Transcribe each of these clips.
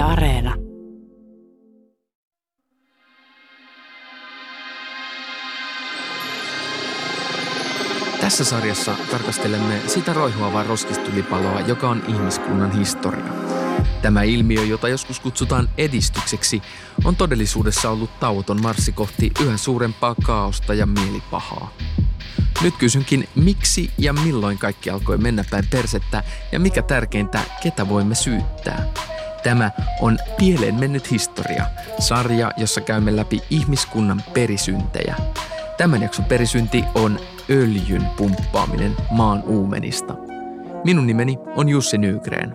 Areena. Tässä sarjassa tarkastelemme sitä roihuavaa roskistulipaloa, joka on ihmiskunnan historia. Tämä ilmiö, jota joskus kutsutaan edistykseksi, on todellisuudessa ollut tauoton marssi kohti yhä suurempaa kaaosta ja mielipahaa. Nyt kysynkin, miksi ja milloin kaikki alkoi mennä päin persettä ja mikä tärkeintä, ketä voimme syyttää. Tämä on Pieleen mennyt historia, sarja, jossa käymme läpi ihmiskunnan perisyntejä. Tämän jakson perisynti on öljyn pumppaaminen maan uumenista. Minun nimeni on Jussi Nygren.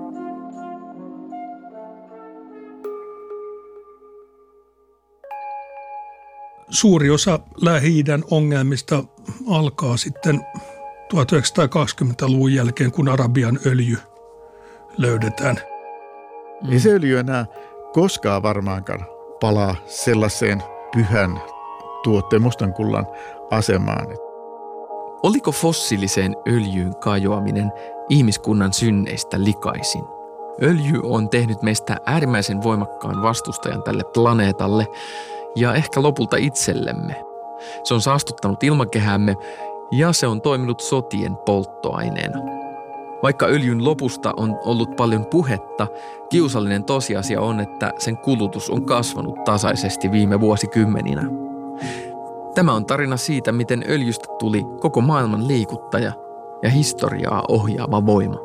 Suuri osa Lähi-idän ongelmista alkaa sitten 1920-luvun jälkeen, kun Arabian öljy löydetään. Ei se öljy enää koskaan varmaankaan palaa sellaiseen pyhän tuotteen mustankullan asemaan. Oliko fossiiliseen öljyyn kajoaminen ihmiskunnan synneistä likaisin? Öljy on tehnyt meistä äärimmäisen voimakkaan vastustajan tälle planeetalle ja ehkä lopulta itsellemme. Se on saastuttanut ilmakehäämme ja se on toiminut sotien polttoaineena. Vaikka öljyn lopusta on ollut paljon puhetta, kiusallinen tosiasia on, että sen kulutus on kasvanut tasaisesti viime vuosikymmeninä. Tämä on tarina siitä, miten öljystä tuli koko maailman liikuttaja ja historiaa ohjaava voima.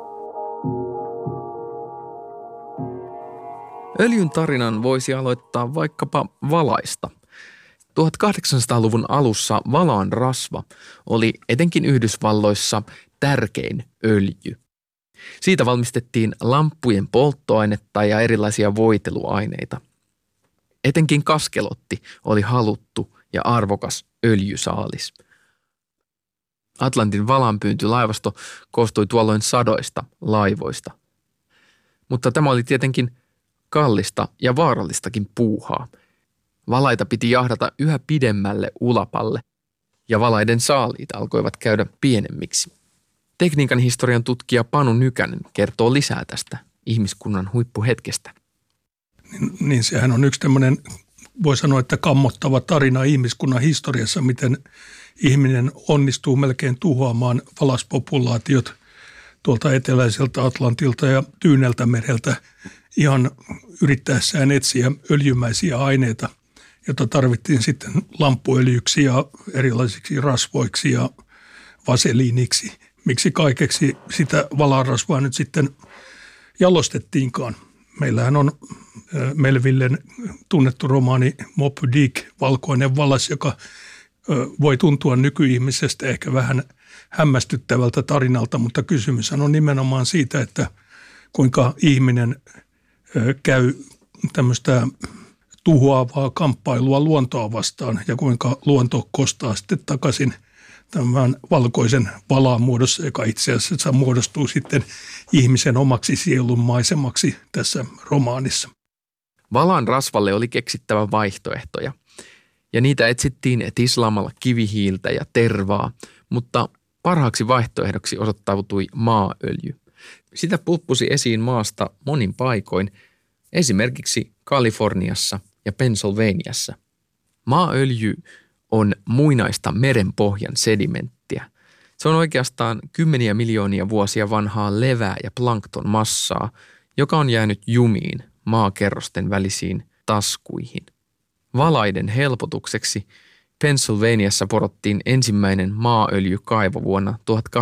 Öljyn tarinan voisi aloittaa vaikkapa valaista. 1800-luvun alussa valaan rasva oli etenkin Yhdysvalloissa tärkein öljy. Siitä valmistettiin lamppujen polttoainetta ja erilaisia voiteluaineita. Etenkin kaskelotti oli haluttu ja arvokas öljysaalis. Atlantin valaanpyyntylaivasto koostui tuolloin sadoista laivoista. Mutta tämä oli tietenkin kallista ja vaarallistakin puuhaa. Valaita piti jahdata yhä pidemmälle ulapalle ja valaiden saaliit alkoivat käydä pienemmiksi. Tekniikan historian tutkija Panu Nykänen kertoo lisää tästä ihmiskunnan huippuhetkestä. Niin sehän on yksi tämmöinen, voi sanoa, että kammottava tarina ihmiskunnan historiassa, miten ihminen onnistuu melkein tuhoamaan valaspopulaatiot tuolta eteläiseltä Atlantilta ja Tyyneltä mereltä ihan yrittäessään etsiä öljymäisiä aineita, jota tarvittiin sitten lamppuöljyksi ja erilaisiksi rasvoiksi ja vaseliiniksi. Miksi kaikeksi sitä valarasvaa nyt sitten jalostettiinkaan? Meillähän on Melvillen tunnettu romaani Moby Dick, Valkoinen valas, joka voi tuntua nykyihmisestä ehkä vähän hämmästyttävältä tarinalta, mutta kysymys on nimenomaan siitä, että kuinka ihminen käy tämmöistä tuhoavaa kamppailua luontoa vastaan ja kuinka luonto kostaa sitten takaisin tämän valkoisen valaan muodossa, joka itse asiassa muodostuu sitten ihmisen omaksi sielunmaisemaksi tässä romaanissa. Valaan rasvalle oli keksittävä vaihtoehtoja ja niitä etsittiin tislaamalla kivihiiltä ja tervaa, mutta parhaaksi vaihtoehdoksi osoittautui maaöljy. Sitä pulppusi esiin maasta monin paikoin, esimerkiksi Kaliforniassa ja Pennsylvaniassa. Maaöljy on muinaista merenpohjan sedimenttiä. Se on oikeastaan kymmeniä miljoonia vuosia vanhaa levää ja plankton massaa, joka on jäänyt jumiin maakerrosten välisiin taskuihin. Valaiden helpotukseksi Pennsylvaniassa porottiin ensimmäinen maaöljykaivo vuonna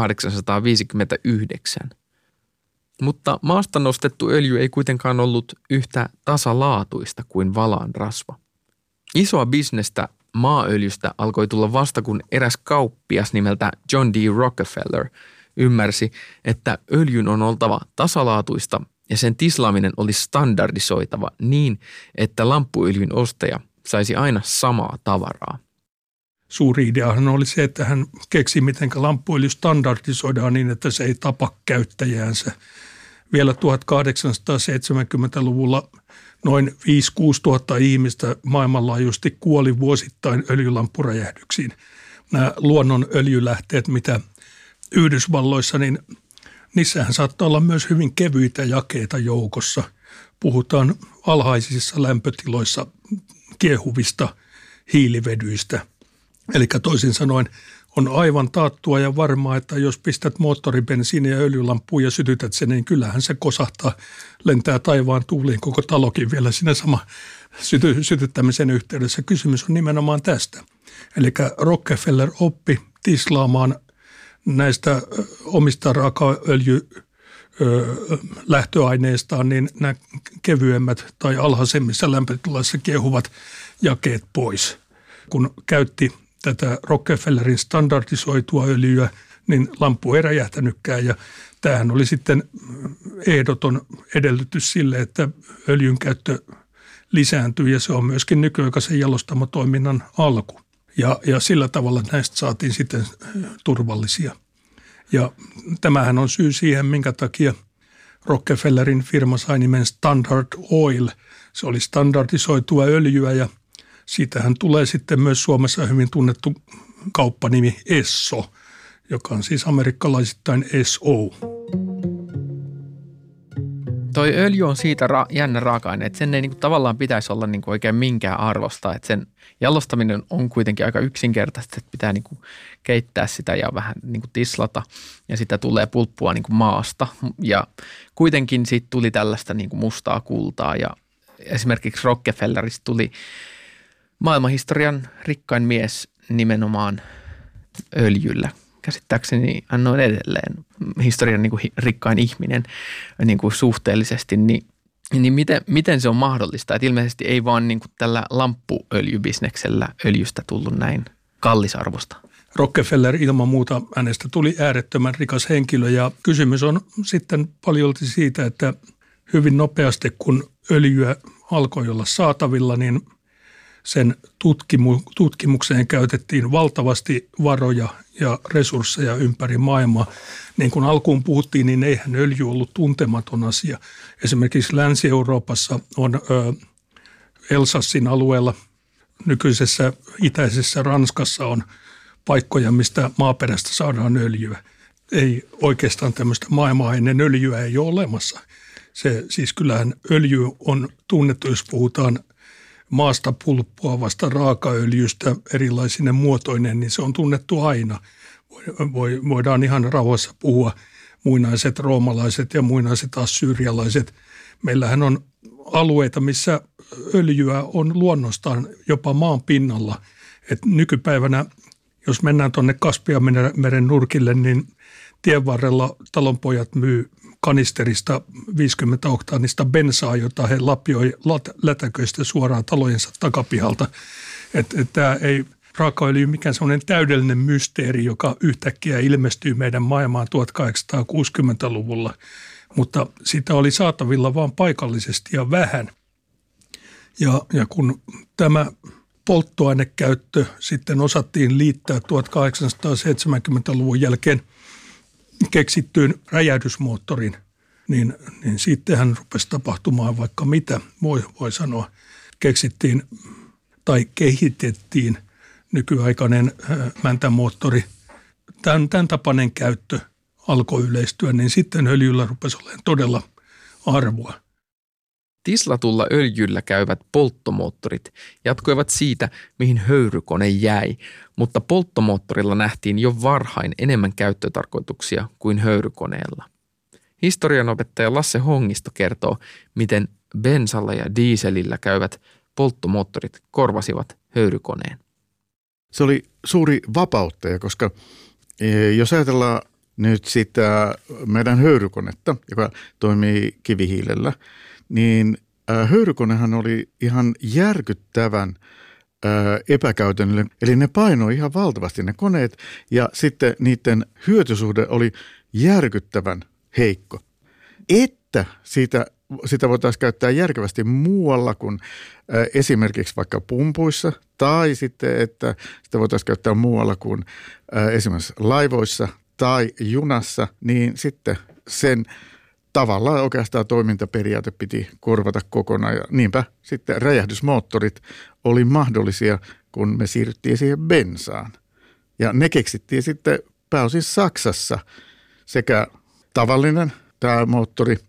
1859. Mutta maasta nostettu öljy ei kuitenkaan ollut yhtä tasalaatuista kuin valaan rasva. Isoa bisnestä maaöljystä alkoi tulla vasta, kun eräs kauppias nimeltä John D. Rockefeller ymmärsi, että öljyn on oltava tasalaatuista ja sen tislaaminen olisi standardisoitava niin, että lamppuöljyn ostaja saisi aina samaa tavaraa. Suuri ideahan oli se, että hän keksi, miten lamppuöljy standardisoidaan niin, että se ei tapa käyttäjäänsä. Vielä 1870-luvulla noin 5-6 tuhatta ihmistä maailmanlaajuisesti kuoli vuosittain öljylamppuräjähdyksiin. Nämä luonnon öljylähteet, mitä Yhdysvalloissa, niin niissähän saattaa olla myös hyvin kevyitä jakeita joukossa. puhutaan alhaisissa lämpötiloissa kiehuvista hiilivedyistä. Eli toisin sanoen on aivan taattua ja varmaa, että jos pistät moottoribensiiniä ja öljylampuun ja sytytät sen, niin kyllähän se kosahtaa, lentää taivaan tuuliin koko talokin vielä siinä sama sytyttämisen yhteydessä. Kysymys on nimenomaan tästä. Eli Rockefeller oppi tislaamaan näistä omista raakaöljylähtöaineistaan niin nämä kevyemmät tai alhaisemmissa lämpötiloissa kiehuvat jakeet pois. Kun käytti tätä Rockefellerin standardisoitua öljyä, niin lampu ei räjähtänytkään ja tämähän oli sitten ehdoton edellytys sille, että öljyn käyttö lisääntyy ja se on myöskin nykyaikaisen jalostamotoiminnan alku. Ja sillä tavalla näistä saatiin sitten turvallisia. Ja tämähän on syy siihen, minkä takia Rockefellerin firma sai nimen Standard Oil. Se oli standardisoitua öljyä ja siitähän tulee sitten myös Suomessa hyvin tunnettu kauppanimi Esso, joka on siis amerikkalaisittain SO. Toi öljy on siitä jännä raaka-aine, että sen ei niinku tavallaan pitäisi olla niinku oikein minkään arvosta. Että sen jalostaminen on kuitenkin aika yksinkertaista, että pitää niinku keittää sitä ja vähän niinku tislata ja sitä tulee pulppua niinku maasta. Ja kuitenkin siitä tuli tällaista niinku mustaa kultaa ja esimerkiksi Rockefellerista tuli maailmanhistorian rikkain mies nimenomaan öljyllä. Käsittääkseni hän on edelleen historian niin kuin rikkain ihminen niin kuin suhteellisesti, niin miten se on mahdollista? Että ilmeisesti ei vaan niin kuin tällä lamppuöljybisneksellä öljystä tullut näin kallisarvosta. Rockefeller ilman muuta hänestä tuli äärettömän rikas henkilö ja kysymys on sitten paljolti siitä, että hyvin nopeasti kun öljyä alkoi olla saatavilla, niin sen tutkimukseen käytettiin valtavasti varoja ja resursseja ympäri maailmaa. Niin kuin alkuun puhuttiin, niin eihän öljy ollut tuntematon asia. Esimerkiksi Länsi-Euroopassa on Elsassin alueella, nykyisessä itäisessä Ranskassa on paikkoja, mistä maaperästä saadaan öljyä. Ei oikeastaan tämmöistä maailmaa ennen öljyä ei ole olemassa. Siis kyllähän öljy on tunnettu, jos puhutaan maasta pulppuavasta raakaöljystä erilaisine muotoinen, niin se on tunnettu aina. Voidaan ihan rauhassa puhua muinaiset roomalaiset ja muinaiset assyrialaiset. Meillähän on alueita, missä öljyä on luonnostaan jopa maan pinnalla. Et nykypäivänä, jos mennään tuonne Kaspianmeren nurkille, niin tien varrella talonpojat myy kanisterista 50 oktaanista bensaa, jota he lapioi lätäköistä suoraan talojensa takapihalta. Tämä ei raakaöljy mikään sellainen täydellinen mysteeri, joka yhtäkkiä ilmestyy meidän maailmaan 1860-luvulla, mutta sitä oli saatavilla vain paikallisesti ja vähän. Ja kun tämä polttoainekäyttö sitten osattiin liittää 1870-luvun jälkeen keksittyyn räjähdysmoottorin, niin sittenhän rupesi tapahtumaan vaikka mitä, voi sanoa. Keksittiin tai kehitettiin nykyaikainen mäntämoottori. Tämän tapainen käyttö alkoi yleistyä, niin sitten öljyllä rupesi olemaan todella arvoa. Tislatulla öljyllä käyvät polttomoottorit jatkoivat siitä, mihin höyrykone jäi, mutta polttomoottorilla nähtiin jo varhain enemmän käyttötarkoituksia kuin höyrykoneella. Historianopettaja Lasse Hongisto kertoo, miten bensalla ja dieselillä käyvät polttomoottorit korvasivat höyrykoneen. Se oli suuri vapauttaja, koska jos ajatellaan nyt sitä meidän höyrykonetta, joka toimii kivihiilellä, niin höyrykonehan oli ihan järkyttävän epäkäytännöllinen. Eli ne painoi ihan valtavasti ne koneet ja sitten niiden hyötysuhde oli järkyttävän heikko. Että sitä voitaisiin käyttää järkevästi muualla kuin esimerkiksi vaikka pumpuissa tai sitten, että sitä voitaisiin käyttää muualla kuin esimerkiksi laivoissa tai junassa, niin sitten sen tavallaan oikeastaan toimintaperiaate piti korvata kokonaan ja niinpä sitten räjähdysmoottorit oli mahdollisia, kun me siirryttiin siihen bensaan. Ja ne keksittiin sitten pääosin Saksassa sekä tavallinen tämä moottori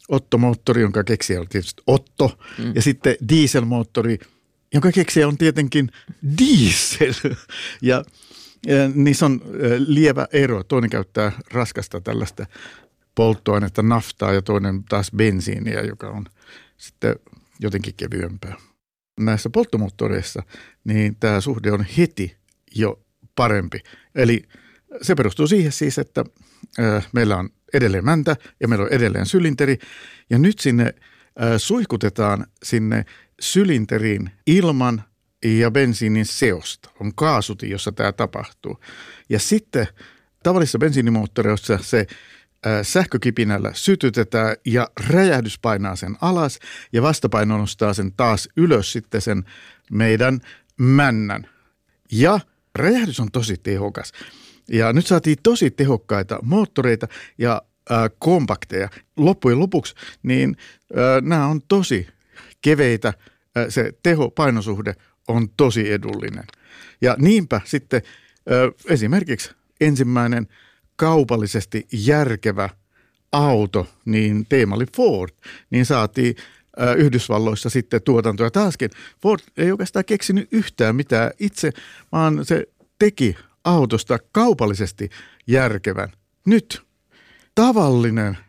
Otto-moottori, jonka keksijä on tietysti Otto, ja sitten dieselmoottori, jonka keksijä on tietenkin diesel. Ja niissä on lievä ero. Toinen käyttää raskasta tällaista polttoainetta, naftaa, ja toinen taas bensiiniä, joka on sitten jotenkin kevyempää. Näissä polttomoottoreissa niin tämä suhde on heti jo parempi. Eli se perustuu siihen siis, että meillä on edelleen mäntä ja meillä on edelleen sylinteri. Ja nyt sinne suihkutetaan sinne sylinteriin ilman ja bensiinin seosta. On kaasutin, jossa tämä tapahtuu. Ja sitten tavallisissa bensiinimoottoreissa se sähkökipinällä sytytetään ja räjähdys painaa sen alas ja vastapaino nostaa sen taas ylös sitten sen meidän männän. Ja räjähdys on tosi tehokas. Ja nyt saatiin tosi tehokkaita moottoreita ja kompakteja. Loppujen lopuksi niin nämä on tosi keveitä. Se teho-painosuhde on tosi edullinen. Ja niinpä sitten esimerkiksi ensimmäinen kaupallisesti järkevä auto, niin teema oli Ford, niin saatiin Yhdysvalloissa sitten tuotantoa. Taaskin Ford ei oikeastaan keksinyt yhtään mitään itse, vaan se teki autosta kaupallisesti järkevän. Nyt tavallinen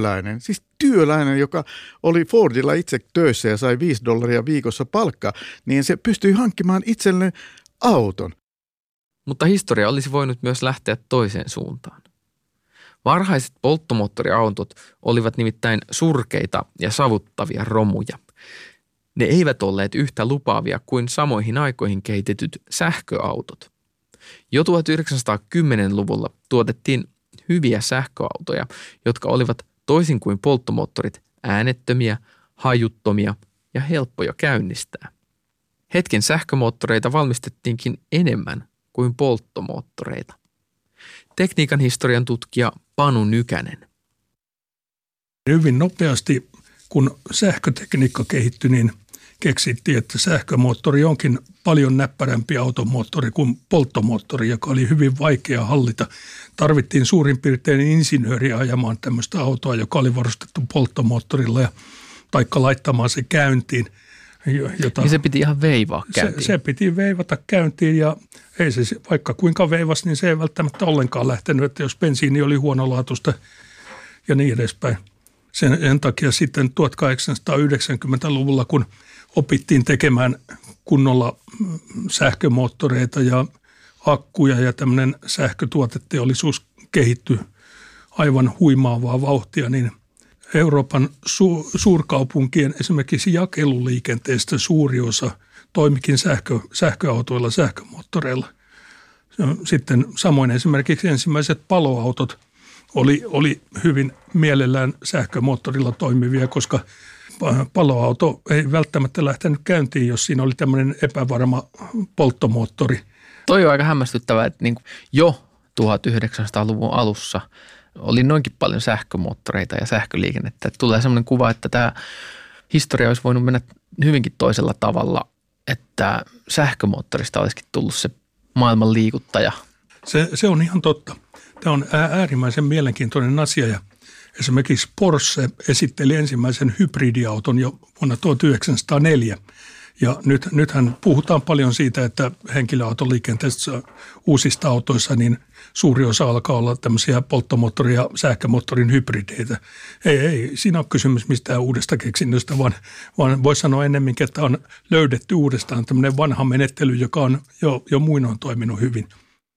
työläinen, joka oli Fordilla itse töissä ja sai $5 viikossa palkkaa, niin se pystyi hankkimaan itselleen auton. Mutta historia olisi voinut myös lähteä toiseen suuntaan. Varhaiset polttomoottoriautot olivat nimittäin surkeita ja savuttavia romuja. Ne eivät olleet yhtä lupaavia kuin samoihin aikoihin kehitetyt sähköautot. Jo 1910-luvulla tuotettiin hyviä sähköautoja, jotka olivat toisin kuin polttomoottorit äänettömiä, hajuttomia ja helppoja käynnistää. Hetken sähkömoottoreita valmistettiinkin enemmän kuin polttomoottoreita. Tekniikan historian tutkija Panu Nykänen. Hyvin nopeasti, kun sähkötekniikka kehittyi, niin keksittiin, että sähkömoottori onkin paljon näppärämpi automoottori kuin polttomoottori, joka oli hyvin vaikea hallita. Tarvittiin suurin piirtein insinööriä ajamaan tämmöistä autoa, joka oli varustettu polttomoottorilla ja taikka laittamaan se käyntiin. Niin se piti ihan veivaa käyntiin. Se piti veivata käyntiin ja ei se vaikka kuinka veivasi, niin se ei välttämättä ollenkaan lähtenyt, että jos bensiini oli huonolaatuista ja niin edespäin. Sen takia sitten 1890-luvulla, kun opittiin tekemään kunnolla sähkömoottoreita ja akkuja ja tämmöinen sähkötuoteteollisuus kehittyi aivan huimaavaa vauhtia, niin Euroopan suurkaupunkien esimerkiksi jakeluliikenteestä suuri osa toimikin sähköautoilla, sähkömoottoreilla. Sitten samoin esimerkiksi ensimmäiset paloautot oli hyvin mielellään sähkömoottorilla toimivia, koska paloauto ei välttämättä lähtenyt käyntiin, jos siinä oli tämmöinen epävarma polttomoottori. Toi on aika hämmästyttävää, että niin jo 1900-luvun alussa oli noinkin paljon sähkömoottoreita ja sähköliikennettä. Tulee semmoinen kuva, että tämä historia olisi voinut mennä hyvinkin toisella tavalla, että sähkömoottorista olisikin tullut se maailman liikuttaja. Se on ihan totta. Tämä on äärimmäisen mielenkiintoinen asia ja esimerkiksi Porsche esitteli ensimmäisen hybridiauton jo vuonna 1904. Ja nythän puhutaan paljon siitä, että henkilöautoliikenteessä uusista autoissa niin suuri osa alkaa olla tämmöisiä polttomoottori- ja sähkömoottorin hybrideitä. Ei siinä ole kysymys mistään uudesta keksinnöstä, vaan voi sanoa ennemminkin, että on löydetty uudestaan tämmöinen vanha menettely, joka on jo muinoin toiminut hyvin.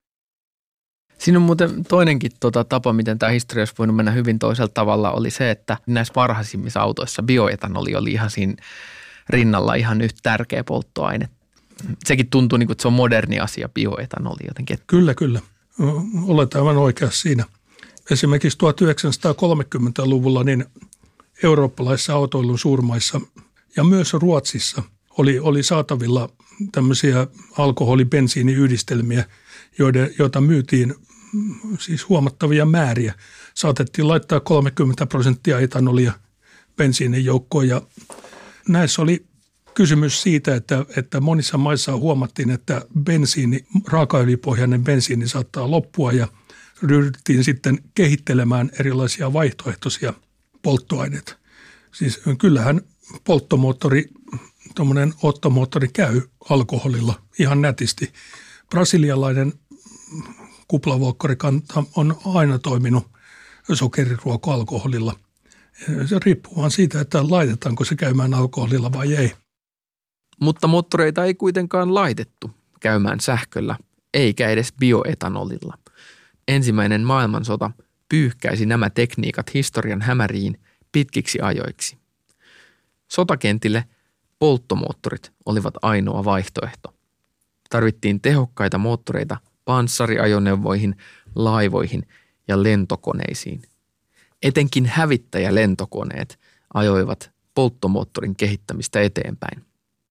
Siinä on muuten toinenkin tapa, miten tämä historia olisi voinut mennä hyvin toisella tavalla, oli se, että näissä varhaisimmissa autoissa bioetanoli oli ihan siinä rinnalla ihan yhtä tärkeä polttoaine. Sekin tuntuu niin kuin, että se on moderni asia, bioetanoli jotenkin. Kyllä. Olet aivan oikeassa siinä. Esimerkiksi 1930-luvulla niin eurooppalaisissa autoilun suurmaissa ja myös Ruotsissa oli saatavilla tämmöisiä alkoholi-bensiiniyhdistelmiä, joita myytiin siis huomattavia määriä. Saatettiin laittaa 30% etanolia bensiinin joukkoon ja näissä oli kysymys siitä, että monissa maissa huomattiin, että raakaöljypohjainen bensiini saattaa loppua ja ryhdyttiin sitten kehittelemään erilaisia vaihtoehtoisia polttoaineita. Siis kyllähän polttomoottori, tuommoinen ottomoottori käy alkoholilla ihan nätisti. Brasilialainen kuplavolkkarikanta on aina toiminut sokeriruoka-alkoholilla. Se riippuu vaan siitä, että laitetaanko se käymään alkoholilla vai ei. Mutta moottoreita ei kuitenkaan laitettu käymään sähköllä, eikä edes bioetanolilla. Ensimmäinen maailmansota pyyhkäisi nämä tekniikat historian hämäriin pitkiksi ajoiksi. Sotakentille polttomoottorit olivat ainoa vaihtoehto. Tarvittiin tehokkaita moottoreita panssariajoneuvoihin, laivoihin ja lentokoneisiin. Etenkin hävittäjälentokoneet ajoivat polttomoottorin kehittämistä eteenpäin.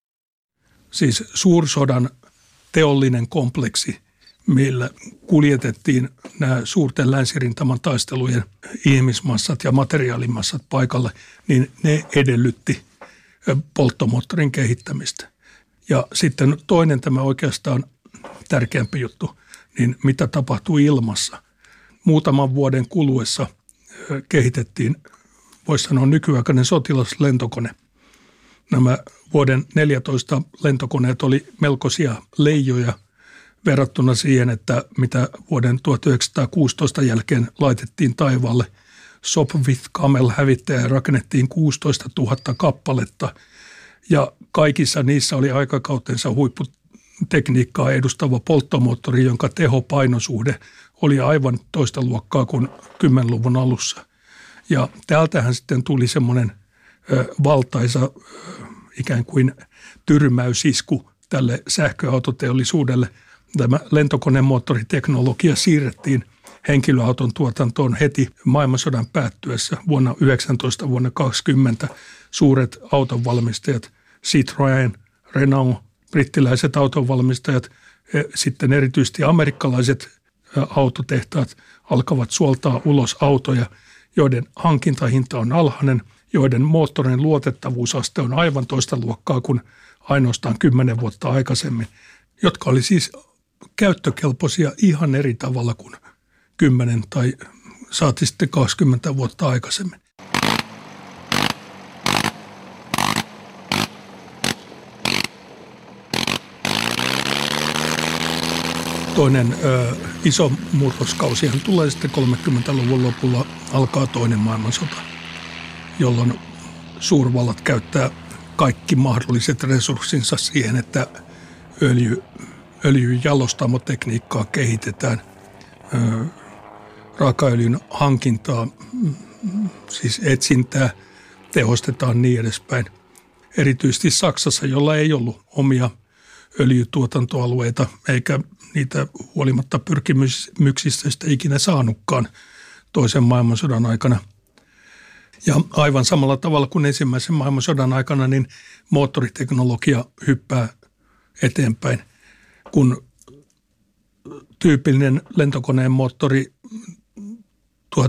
Siis suursodan teollinen kompleksi, millä kuljetettiin nämä suurten länsirintaman taistelujen ihmismassat ja materiaalimassat paikalle, niin ne edellytti polttomoottorin kehittämistä. Ja sitten toinen tämä oikeastaan tärkeämpi juttu, niin mitä tapahtui ilmassa. Muutaman vuoden kuluessa kehitettiin, voisi sanoa nykyaikainen sotilaslentokone. Nämä vuoden 14 lentokoneet oli melkoisia leijoja verrattuna siihen, että mitä vuoden 1916 jälkeen laitettiin taivaalle. Sopwith Camel-hävittäjä rakennettiin 16 000 kappaletta ja kaikissa niissä oli aikakautensa huipputekniikkaa edustava polttomoottori, jonka tehopainosuhde oli aivan toista luokkaa kuin 10-luvun alussa. Ja täältähän sitten tuli semmoinen valtaisa ikään kuin tyrmäysisku tälle sähköautoteollisuudelle. Tämä lentokonemoottoriteknologia siirrettiin henkilöauton tuotantoon heti maailmansodan päättyessä vuonna 19, vuonna 20. Suuret autonvalmistajat, Citroën, Renault, brittiläiset autonvalmistajat, sitten erityisesti amerikkalaiset autotehtaat alkavat suoltaa ulos autoja, joiden hankintahinta on alhainen, joiden moottorin luotettavuusaste on aivan toista luokkaa kuin ainoastaan 10 vuotta aikaisemmin, jotka oli siis käyttökelpoisia ihan eri tavalla kuin 10 tai saati sitten 20 vuotta aikaisemmin. Toinen iso murroskausihan tulee sitten 30-luvun lopulla, alkaa toinen maailmansota, jolloin suurvallat käyttää kaikki mahdolliset resurssinsa siihen, että öljyn jalostamotekniikkaa kehitetään, raakaöljyn hankintaa, siis etsintää tehostetaan niin edespäin. Erityisesti Saksassa, jolla ei ollut omia öljytuotantoalueita eikä niitä huolimatta pyrkimyksistä sitä ikinä saanutkaan toisen maailmansodan aikana. Ja aivan samalla tavalla kuin ensimmäisen maailmansodan aikana, niin moottoriteknologia hyppää eteenpäin. Kun tyypillinen lentokoneen moottori 1938-39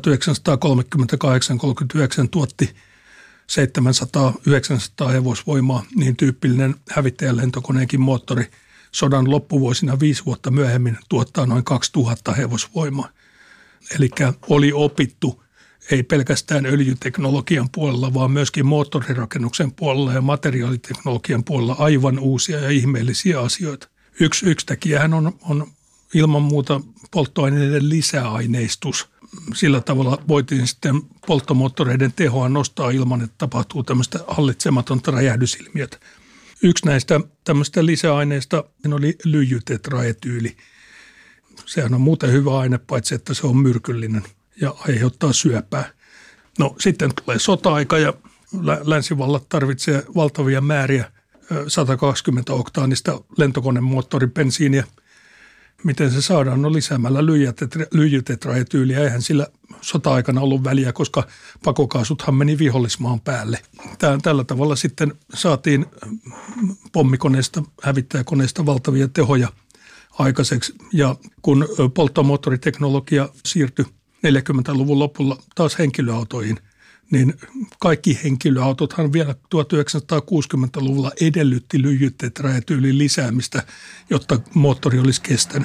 tuotti 700-900 hevosvoimaa, niin tyypillinen hävittäjälentokoneenkin moottori sodan loppuvuosina 5 vuotta myöhemmin tuottaa noin 2000 hevosvoimaa. Eli oli opittu ei pelkästään öljyteknologian puolella, vaan myöskin moottorirakennuksen puolella ja materiaaliteknologian puolella aivan uusia ja ihmeellisiä asioita. Yksi tekijähän on ilman muuta polttoaineiden lisäaineistus. Sillä tavalla voitiin sitten polttomoottoreiden tehoa nostaa ilman, että tapahtuu tämmöistä hallitsematonta räjähdysilmiötä. Yksi näistä tämmöistä lisäaineista oli lyijytetraetyyli. Sehän on muuten hyvä aine, paitsi että se on myrkyllinen ja aiheuttaa syöpää. No sitten tulee sota-aika ja länsivallat tarvitsee valtavia määriä 120 oktaanista lentokonemoottoribensiiniä. Miten se saadaan? No lisäämällä lyijytetraetyyliä. Eihän sillä sota-aikana ollut väliä, koska pakokaasuthan meni vihollismaan päälle. Tällä tavalla sitten saatiin pommikoneista, hävittäjäkoneista valtavia tehoja aikaiseksi. Ja kun polttomoottoriteknologia siirtyi 40-luvun lopulla taas henkilöautoihin, niin kaikki henkilöautothan vielä 1960-luvulla edellytti lyijytetraetyylin lisäämistä, jotta moottori olisi kestänyt.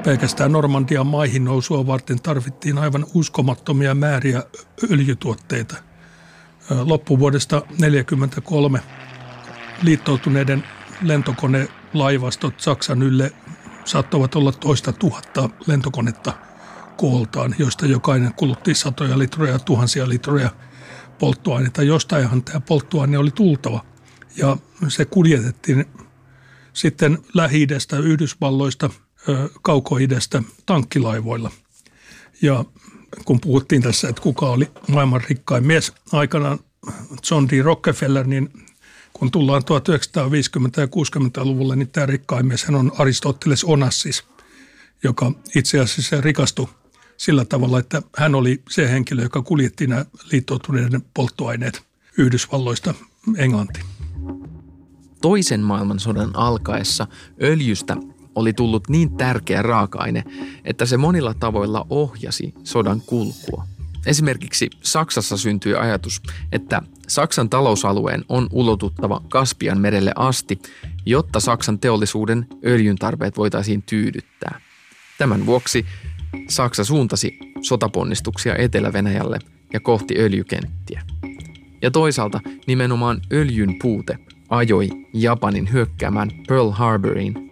pelkästään Normandian maihin nousua varten tarvittiin aivan uskomattomia määriä öljytuotteita. Loppuvuodesta 1943 liittoutuneiden lentokonelaivastot Saksan ylle saattoivat olla 2 000 lentokonetta kooltaan, joista jokainen kulutti satoja litroja, tuhansia litroja polttoaineita. Jostainhan tämä polttoaine oli tultava ja se kuljetettiin sitten Lähi-idästä, Yhdysvalloista, Kauko-idästä tankkilaivoilla. Ja kun puhuttiin tässä, että kuka oli maailman rikkain mies aikanaan, John D. Rockefeller, niin kun tullaan 1950- ja 60-luvulle, niin tämä rikkain mies on Aristoteles Onassis, joka itse asiassa rikastui sillä tavalla, että hän oli se henkilö, joka kuljetti nämä liittoutuneiden polttoaineet Yhdysvalloista Englantiin. Toisen maailmansodan alkaessa öljystä oli tullut niin tärkeä raaka-aine, että se monilla tavoilla ohjasi sodan kulkua. Esimerkiksi Saksassa syntyi ajatus, että Saksan talousalueen on ulotuttava Kaspian merelle asti, jotta Saksan teollisuuden öljyn tarpeet voitaisiin tyydyttää. Tämän vuoksi Saksa suuntasi sotaponnistuksia Etelä-Venäjälle ja kohti öljykenttiä. Ja toisaalta nimenomaan öljyn puute ajoi Japanin hyökkäämään Pearl Harboriin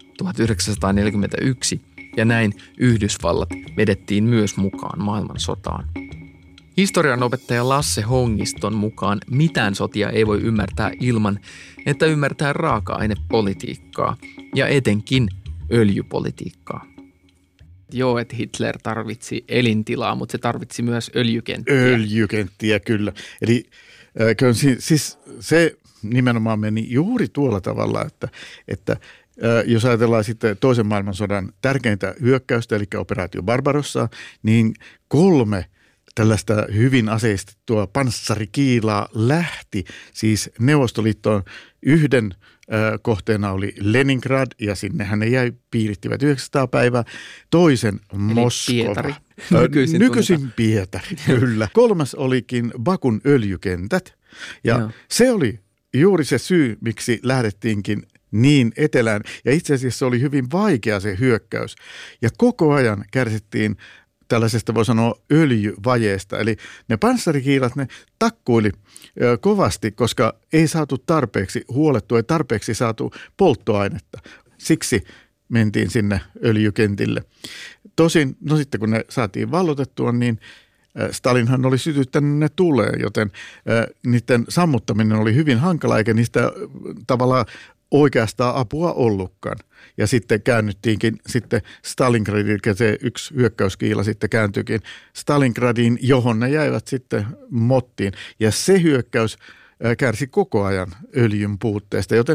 1941 ja näin Yhdysvallat vedettiin myös mukaan maailmansotaan. Historianopettaja Lasse Hongiston mukaan mitään sotia ei voi ymmärtää ilman, että ymmärtää raaka-ainepolitiikkaa ja etenkin öljypolitiikkaa. Joo, että Hitler tarvitsi elintilaa, mutta se tarvitsi myös öljykenttiä. Öljykenttiä, kyllä. Eli siis se nimenomaan meni juuri tuolla tavalla, että jos ajatellaan sitten toisen maailmansodan tärkeintä hyökkäystä, eli operaatio Barbarossaa, niin 3 tällaista hyvin aseistettua panssarikiilaa lähti siis Neuvostoliittoon. Yhden kohteena oli Leningrad ja sinnehän ne jäi, piirittivät 900 päivää. Toisen Moskova. Pietari. Nykyisin Pietari, kyllä. 3. olikin Bakun öljykentät ja se oli juuri se syy, miksi lähdettiinkin niin etelään. Ja itse asiassa se oli hyvin vaikea se hyökkäys ja koko ajan kärsittiin tällaisesta voi sanoa öljyvajeesta. Eli ne panssarikiilat, ne takkuili kovasti, koska ei saatu tarpeeksi huolettua, ei tarpeeksi saatu polttoainetta. Siksi mentiin sinne öljykentille. Tosin, no sitten kun ne saatiin vallotettua, niin Stalinhan oli sytyttänyt ne tuleen, joten niiden sammuttaminen oli hyvin hankala, eikä niistä tavallaan oikeastaan apua ollutkaan. Ja sitten käännyttiinkin sitten Stalingradin, se yksi hyökkäyskiila sitten kääntyikin Stalingradiin, johon ne jäivät sitten mottiin. Ja se hyökkäys kärsi koko ajan öljyn puutteesta, joten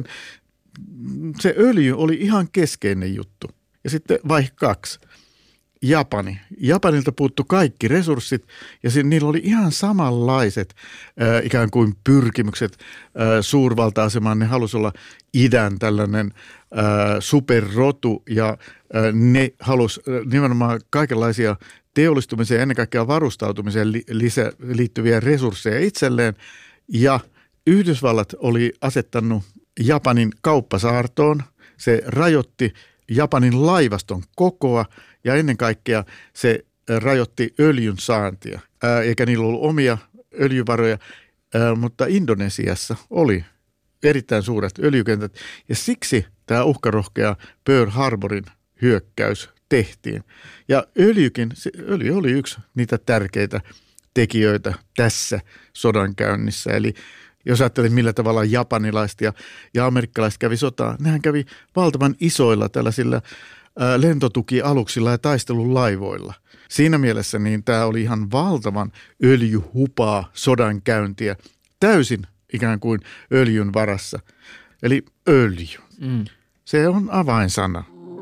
se öljy oli ihan keskeinen juttu. Ja sitten vaihe 2. Japani. Japanilta puuttu kaikki resurssit ja niillä oli ihan samanlaiset ikään kuin pyrkimykset suurvalta-asemaan. Ne halusi olla idän tällainen superrotu ja ne halusi nimenomaan kaikenlaisia teollistumiseen ja ennen kaikkea varustautumiseen liittyviä resursseja itselleen. Ja Yhdysvallat oli asettanut Japanin kauppasaartoon. Se rajoitti Japanin laivaston kokoa ja ennen kaikkea se rajoitti öljyn saantia, eikä niillä ollut omia öljyvaroja, mutta Indonesiassa oli erittäin suuret öljykentät ja siksi tämä uhkarohkea Pearl Harborin hyökkäys tehtiin. Ja öljy oli yksi niitä tärkeitä tekijöitä tässä sodankäynnissä, eli jos ajattelet, millä tavalla japanilaiset ja amerikkalaiset kävi sotaa, nehän kävi valtavan isoilla tällaisilla lentotukialuksilla ja taistelulaivoilla. Siinä mielessä niin tämä oli ihan valtavan öljyhupaa sodankäyntiä, täysin ikään kuin öljyn varassa. Eli öljy. Se on avainsana.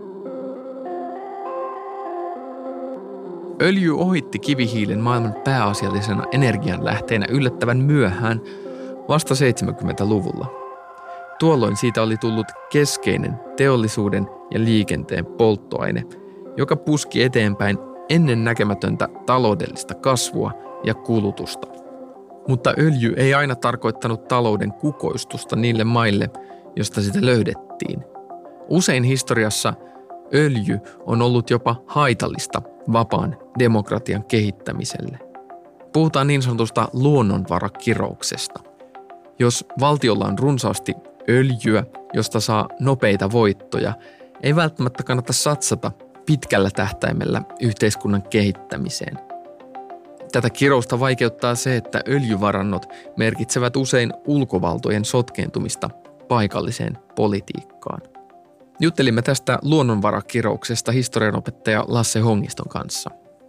Öljy ohitti kivihiilen maailman pääasiallisena energianlähteenä yllättävän myöhään vasta 70-luvulla. Tuolloin siitä oli tullut keskeinen teollisuuden ja liikenteen polttoaine, joka puski eteenpäin ennen näkemätöntä taloudellista kasvua ja kulutusta. Mutta öljy ei aina tarkoittanut talouden kukoistusta niille maille, josta sitä löydettiin. Usein historiassa öljy on ollut jopa haitallista vapaan demokratian kehittämiselle. Puhutaan niin sanotusta luonnonvarakirouksesta. Jos valtiolla on runsaasti öljyä, josta saa nopeita voittoja, ei välttämättä kannata satsata pitkällä tähtäimellä yhteiskunnan kehittämiseen. Tätä kirousta vaikeuttaa se, että öljyvarannot merkitsevät usein ulkovaltojen sotkeentumista paikalliseen politiikkaan. Juttelimme tästä luonnonvarakirouksesta historianopettaja Lasse Hongiston kanssa.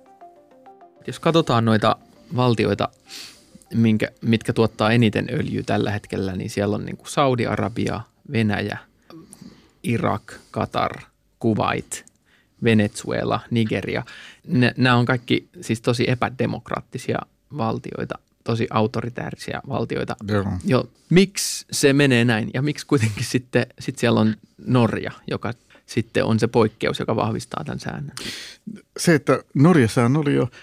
Jos katsotaan noita valtioita, mitkä tuottaa eniten öljyä tällä hetkellä, niin siellä on niin kuin Saudi-Arabia, Venäjä, Irak, Katar, Kuwait, Venezuela, Nigeria. Nämä on kaikki siis tosi epädemokraattisia valtioita, tosi autoritäärisiä valtioita. Jo, miksi se menee näin ja miksi kuitenkin sitten siellä on Norja, joka sitten on se poikkeus, joka vahvistaa tämän säännön? Se, että Norjassahan oli jo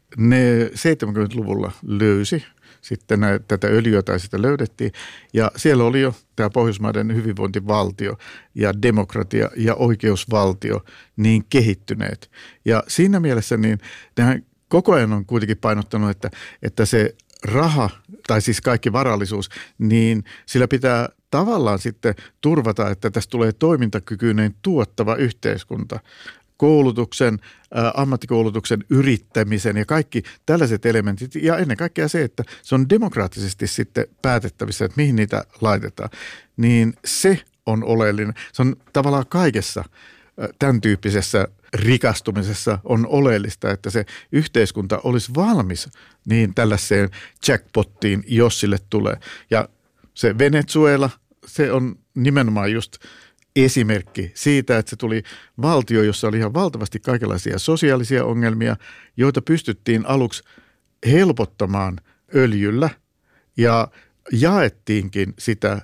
ne 70-luvulla löysi sitten tätä öljyä tai sitä löydettiin ja siellä oli jo tämä Pohjoismaiden hyvinvointivaltio ja demokratia ja oikeusvaltio niin kehittyneet. Ja siinä mielessä niin nehän koko ajan on kuitenkin painottanut, että se raha tai siis kaikki varallisuus, niin sillä pitää tavallaan sitten turvata, että tästä tulee toimintakykyinen tuottava yhteiskunta. Koulutuksen, ammattikoulutuksen, yrittämisen ja kaikki tällaiset elementit ja ennen kaikkea se, että se on demokraattisesti sitten päätettävissä, että mihin niitä laitetaan, niin se on oleellinen. Se on tavallaan kaikessa tämän tyyppisessä rikastumisessa on oleellista, että se yhteiskunta olisi valmis niin tällaiseen jackpottiin, jos sille tulee. Ja se Venezuela, se on nimenomaan just esimerkki siitä, että se tuli valtio, jossa oli ihan valtavasti kaikenlaisia sosiaalisia ongelmia, joita pystyttiin aluksi helpottamaan öljyllä ja jaettiinkin sitä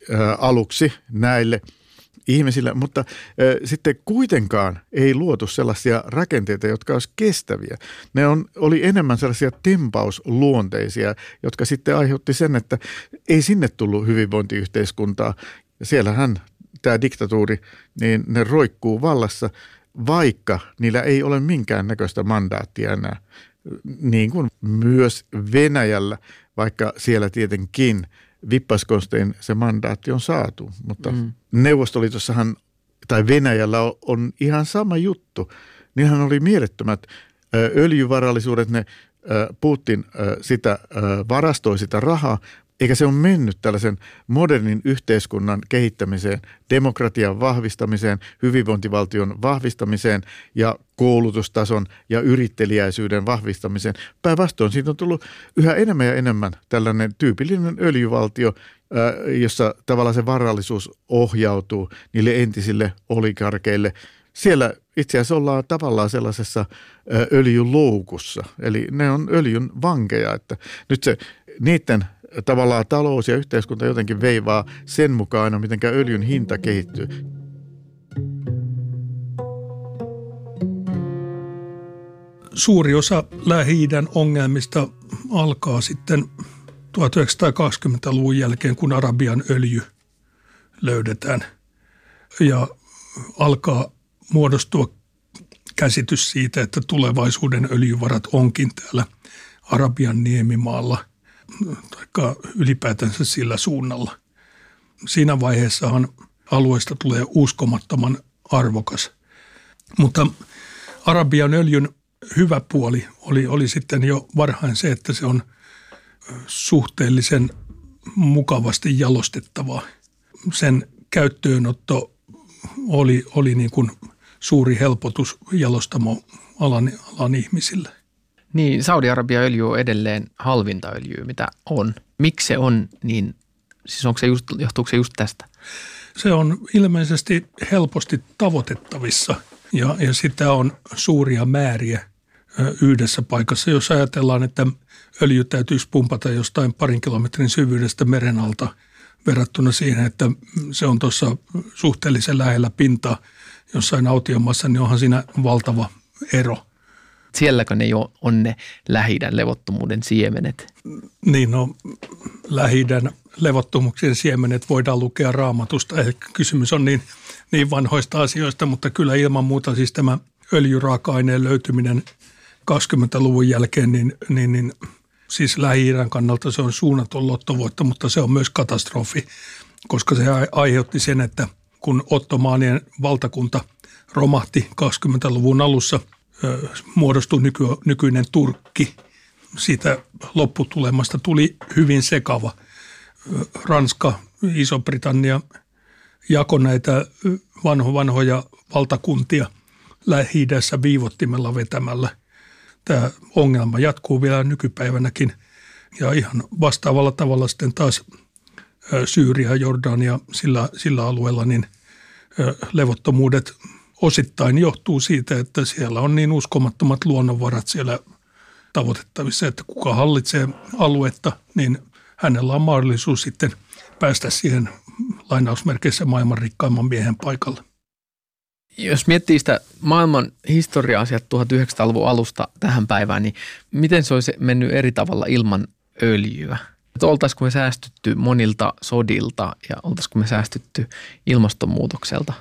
aluksi näille ihmisille, mutta sitten kuitenkaan ei luotu sellaisia rakenteita, jotka olisi kestäviä. Ne oli enemmän sellaisia tempausluonteisia, jotka sitten aiheutti sen, että ei sinne tullut hyvinvointiyhteiskuntaa. Siellähän tämä diktatuuri, niin ne roikkuu vallassa, vaikka niillä ei ole minkäännäköistä mandaattia enää. Niin kuin myös Venäjällä, vaikka siellä tietenkin vippaskonstein se mandaatti on saatu. Mutta Neuvostoliitossahan tai Venäjällä on ihan sama juttu. Niinhän oli mielettömät öljyvarallisuudet, Putin sitä varastoi sitä rahaa, eikä se ole mennyt tällaisen modernin yhteiskunnan kehittämiseen, demokratian vahvistamiseen, hyvinvointivaltion vahvistamiseen ja koulutustason ja yritteliäisyyden vahvistamiseen. Päinvastoin siitä on tullut yhä enemmän ja enemmän tällainen tyypillinen öljyvaltio, jossa tavallaan se varallisuus ohjautuu niille entisille oligarkeille. Siellä itse asiassa ollaan tavallaan sellaisessa öljyloukussa, eli ne on öljyn vankeja, että nyt se niiden tavallaan talous ja yhteiskunta jotenkin veivaa sen mukaan, miten öljyn hinta kehittyy. Suuri osa Lähi-idän ongelmista alkaa sitten 1920-luvun jälkeen, kun Arabian öljy löydetään ja alkaa muodostua käsitys siitä, että tulevaisuuden öljyvarat onkin täällä Arabian niemimaalla tai ylipäätänsä sillä suunnalla. Siinä vaiheessahan alueesta tulee uskomattoman arvokas. Mutta Arabian öljyn hyvä puoli oli sitten jo varhain se, että se on suhteellisen mukavasti jalostettavaa. Sen käyttöönotto oli niin kuin suuri helpotus jalostamo-alan ihmisille. Niin, Saudi-Arabian öljy on edelleen halvinta öljyä, mitä on. Miksi se on niin, siis johtuuko se just tästä? Se on ilmeisesti helposti tavoitettavissa ja sitä on suuria määriä yhdessä paikassa. Jos ajatellaan, että öljy täytyisi pumpata jostain 2 kilometrin syvyydestä meren alta verrattuna siihen, että se on tuossa suhteellisen lähellä pintaa jossain autiomaassa, niin onhan siinä valtava ero. Sielläkö ne jo on ne Lähi-idän levottomuuden siemenet? Niin, no Lähi-idän levottomuuksien siemenet voidaan lukea Raamatusta. Eli kysymys on niin vanhoista asioista, mutta kyllä ilman muuta siis tämä öljyraaka-aineen löytyminen 20-luvun jälkeen, niin siis Lähi-idän kannalta se on suunnaton lottovoitto, mutta se on myös katastrofi, koska se aiheutti sen, että kun Ottomaanien valtakunta romahti 20-luvun alussa, muodostui nykyinen Turkki. Siitä lopputulemasta tuli hyvin sekava. Ranska, Iso-Britannia jakoi näitä vanhoja valtakuntia Lähi-idässä viivottimella vetämällä. Tämä ongelma jatkuu vielä nykypäivänäkin ja ihan vastaavalla tavalla sitten taas Syyria, Jordania sillä alueella, niin levottomuudet osittain johtuu siitä, että siellä on niin uskomattomat luonnonvarat siellä tavoitettavissa, että kuka hallitsee aluetta, niin hänellä on mahdollisuus sitten päästä siihen lainausmerkeissä maailman rikkaimman miehen paikalle. Jos miettii sitä maailman historia-asiat 1900-luvun alusta tähän päivään, niin miten se olisi mennyt eri tavalla ilman öljyä? Että oltaisiko me säästytty monilta sodilta ja oltaisiko me säästytty ilmastonmuutokselta?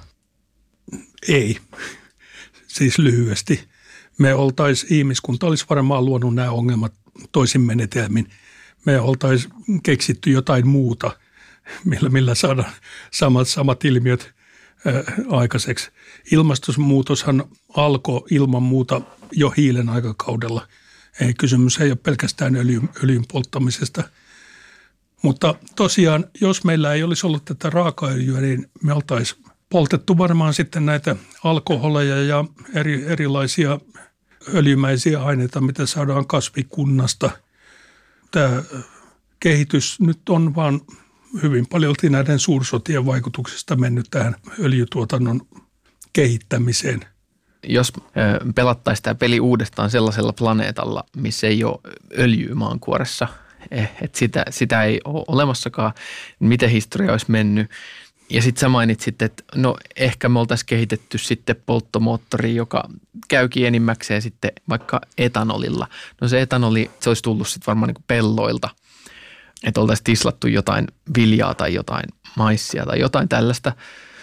Ei. Siis lyhyesti. Ihmiskunta olisi varmaan luonut nämä ongelmat toisin menetelmin. Me oltaisiin keksitty jotain muuta, millä saadaan samat ilmiöt aikaiseksi. Ilmastonmuutoshan alkoi ilman muuta jo hiilen aikakaudella. Kysymys ei ole pelkästään öljyn polttamisesta. Mutta tosiaan, jos meillä ei olisi ollut tätä raakaöljyä, niin me oltaisiin poltettu varmaan sitten näitä alkoholeja ja erilaisia öljymäisiä aineita, mitä saadaan kasvikunnasta. Tämä kehitys nyt on vaan hyvin paljolti näiden suursotien vaikutuksesta mennyt tähän öljytuotannon kehittämiseen. Jos pelattaisiin tämä peli uudestaan sellaisella planeetalla, missä ei ole öljyä maankuoressa, että sitä ei ole olemassakaan, niin miten historia olisi mennyt? Ja sitten sä mainitsit, että no ehkä me oltaisiin kehitetty sitten polttomoottori, joka käykin enimmäkseen sitten vaikka etanolilla. No se etanoli, se olisi tullut sitten varmaan niin kuin pelloilta, että oltaisiin tislattu jotain viljaa tai jotain maissia tai jotain tällaista.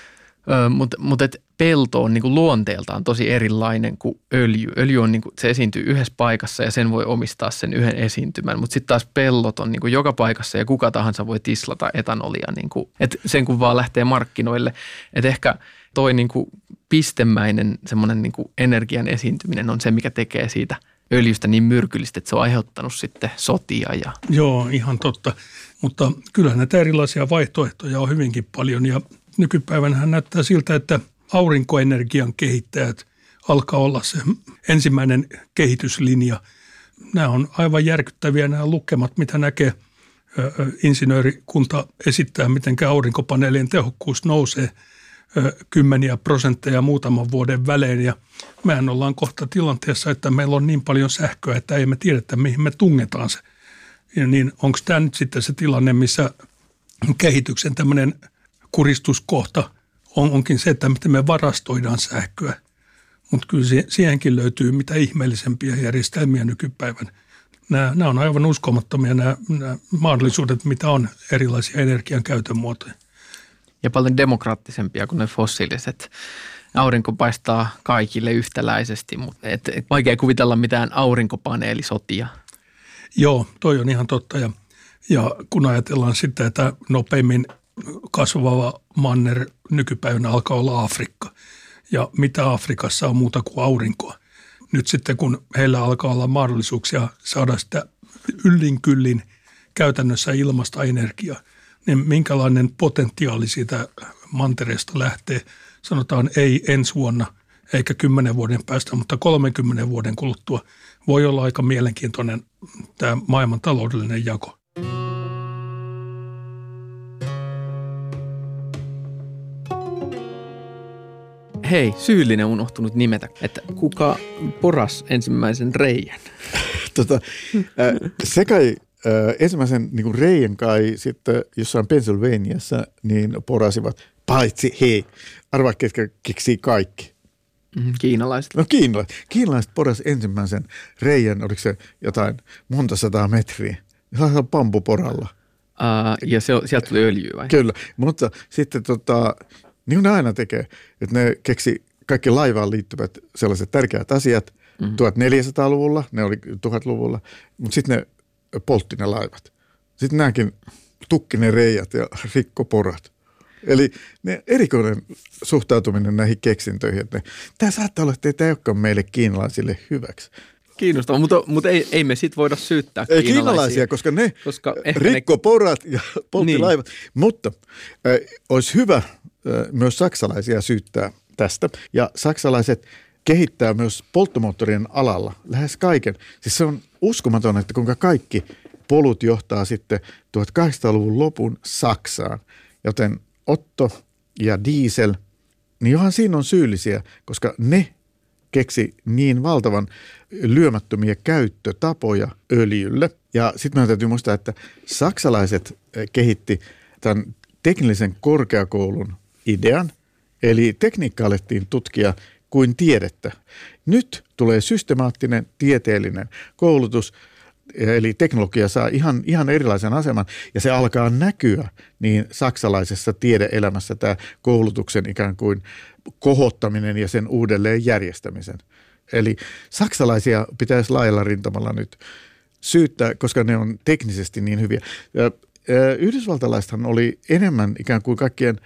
Mutta pelto on niin kuin luonteeltaan tosi erilainen kuin öljy. Öljy on niin kuin, se esiintyy yhdessä paikassa ja sen voi omistaa sen yhden esiintymän, mutta sitten taas pellot on niin kuin joka paikassa ja kuka tahansa voi tislata etanolia. Niin kuin, että sen kun vaan lähtee markkinoille. Että ehkä toi niin kuin pistemäinen semmoinen niin kuin energian esiintyminen on se, mikä tekee siitä öljystä niin myrkyllistä, että se on aiheuttanut sitten sotia. Joo, ihan totta. Mutta kyllähän näitä erilaisia vaihtoehtoja on hyvinkin paljon ja nykypäivänähän näyttää siltä, että aurinkoenergian kehittäjät alkaa olla se ensimmäinen kehityslinja. Nämä on aivan järkyttäviä nämä lukemat, mitä näkee. Insinöörikunta esittää, miten aurinkopaneelien tehokkuus nousee 10% muutaman vuoden välein. Ja mehän ollaan kohta tilanteessa, että meillä on niin paljon sähköä, että ei me tiedetä, mihin me tungetaan se. Ja niin onko tämä nyt sitten se tilanne, missä kehityksen tämmöinen kuristuskohta onkin se, että miten me varastoidaan sähköä. Mutta kyllä siihenkin löytyy mitä ihmeellisempiä järjestelmiä nykypäivän. Nämä on aivan uskomattomia nämä mahdollisuudet, mitä on erilaisia energian käytön muotoja. Ja paljon demokraattisempia kuin ne fossiiliset. Aurinko paistaa kaikille yhtäläisesti, mutta vaikea kuvitella mitään aurinkopaneelisotia. Joo, toi on ihan totta. Ja kun ajatellaan sitä, että nopeimmin kasvava manner nykypäivänä alkaa olla Afrikka. Ja mitä Afrikassa on muuta kuin aurinkoa. Nyt sitten kun heillä alkaa olla mahdollisuuksia saada sitä yllin kyllin käytännössä ilmasta energiaa, niin minkälainen potentiaali siitä mantereesta lähtee, sanotaan ei ensi vuonna eikä 10 vuoden päästä, mutta 30 vuoden kuluttua voi olla aika mielenkiintoinen tämä maailman taloudellinen jako. Hei, syyllinen unohtunut nimetä, että kuka poras ensimmäisen reijän? Se kai ensimmäisen niin reijän kai sitten jossain Pennsylvaniassa niin porasivat, paitsi hei, arvaa ketkä keksii kaikki. Kiinalaiset. No kiinalaiset poras ensimmäisen reijän, oliko se jotain monta sataa metriä, bambuporalla. Ja sieltä tuli öljyä vai? Kyllä, mutta sitten niin ne aina tekee, että ne keksi kaikki laivaan liittyvät sellaiset tärkeät asiat 1400-luvulla, ne oli 1000-luvulla, mutta sitten ne poltti ne laivat. Sitten nämäkin tukki ne reijät ja rikko porat. Eli ne erikoinen suhtautuminen näihin keksintöihin, että tämä saattaa olla, että tämä ei olekaan meille kiinalaisille hyväksi. Kiinnostavaa, mutta ei me sit voida syyttää kiinalaisia, koska ne rikko porat ja poltti laivat. Mutta olisi hyvä myös saksalaisia syyttää tästä. Ja saksalaiset kehittää myös polttomoottorien alalla lähes kaiken. Siis se on uskomaton, että kuinka kaikki polut johtaa sitten 1800-luvun lopun Saksaan. Joten Otto ja diesel, niin johan siinä on syyllisiä, koska ne keksi niin valtavan lyömättömiä käyttötapoja öljylle. Ja sitten meidän täytyy muistaa, että saksalaiset kehitti tämän teknillisen korkeakoulun idean, eli tekniikkaa alettiin tutkia kuin tiedettä. Nyt tulee systemaattinen tieteellinen koulutus, eli teknologia saa ihan erilaisen aseman ja se alkaa näkyä niin saksalaisessa tiedeelämässä tämä koulutuksen ikään kuin kohottaminen ja sen uudelleen järjestämisen. Eli saksalaisia pitäisi laajalla rintamalla nyt syyttää, koska ne on teknisesti niin hyviä. Yhdysvaltalaisethan oli enemmän ikään kuin kaikkien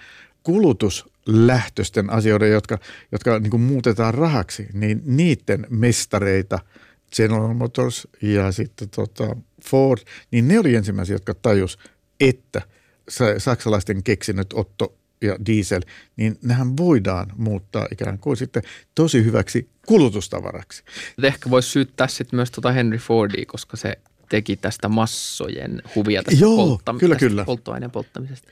kulutuslähtöisten asioiden, jotka niin kuin muutetaan rahaksi, niin niiden mestareita – General Motors ja sitten Ford, niin ne oli ensimmäisiä, jotka tajus, että saksalaisten keksinnöt Otto ja diesel, niin nehän voidaan muuttaa ikään kuin sitten tosi hyväksi kulutustavaraksi. Ehkä voisi syyttää sitten myös Henry Fordia, koska se teki tästä massojen huvia tästä, kyllä. Polttoaineen polttamisesta.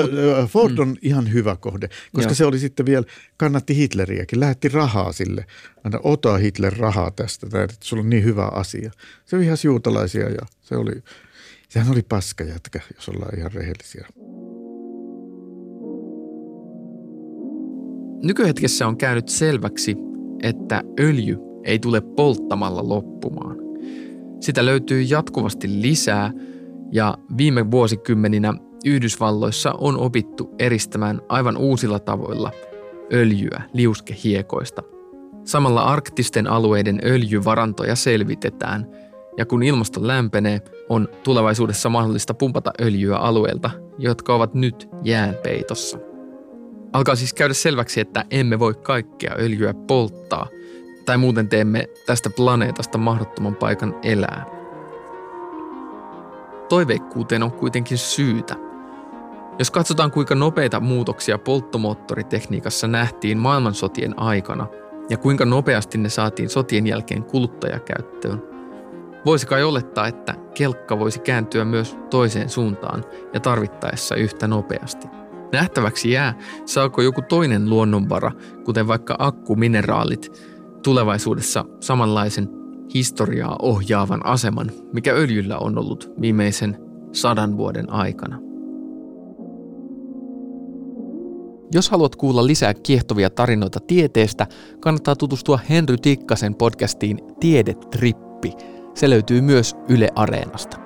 Ford on ihan hyvä kohde, koska se oli sitten vielä, kannatti Hitleriäkin, lähetti rahaa sille. Anna ota Hitler rahaa tästä, että sulla on niin hyvä asia. Se oli ihan juutalaisia ja sehän oli paskajätkä, jos ollaan ihan rehellisiä. Nykyhetkessä on käynyt selväksi, että öljy ei tule polttamalla loppumaan. Sitä löytyy jatkuvasti lisää ja viime vuosikymmeninä Yhdysvalloissa on opittu eristämään aivan uusilla tavoilla öljyä liuskehiekoista. Samalla arktisten alueiden öljyvarantoja selvitetään ja kun ilmasto lämpenee, on tulevaisuudessa mahdollista pumpata öljyä alueelta, jotka ovat nyt jäänpeitossa. Alkaa siis käydä selväksi, että emme voi kaikkea öljyä polttaa, tai muuten teemme tästä planeetasta mahdottoman paikan elää. Toiveikkuuteen on kuitenkin syytä. Jos katsotaan kuinka nopeita muutoksia polttomoottoritekniikassa nähtiin maailmansotien aikana ja kuinka nopeasti ne saatiin sotien jälkeen kuluttajakäyttöön, voisi kai olettaa, että kelkka voisi kääntyä myös toiseen suuntaan ja tarvittaessa yhtä nopeasti. Nähtäväksi jää, saako joku toinen luonnonvara, kuten vaikka akkumineraalit, tulevaisuudessa samanlaisen historiaa ohjaavan aseman, mikä öljyllä on ollut viimeisen 100 vuoden aikana. Jos haluat kuulla lisää kiehtovia tarinoita tieteestä, kannattaa tutustua Henry Tikkasen podcastiin Tiedetrippi. Se löytyy myös Yle Areenasta.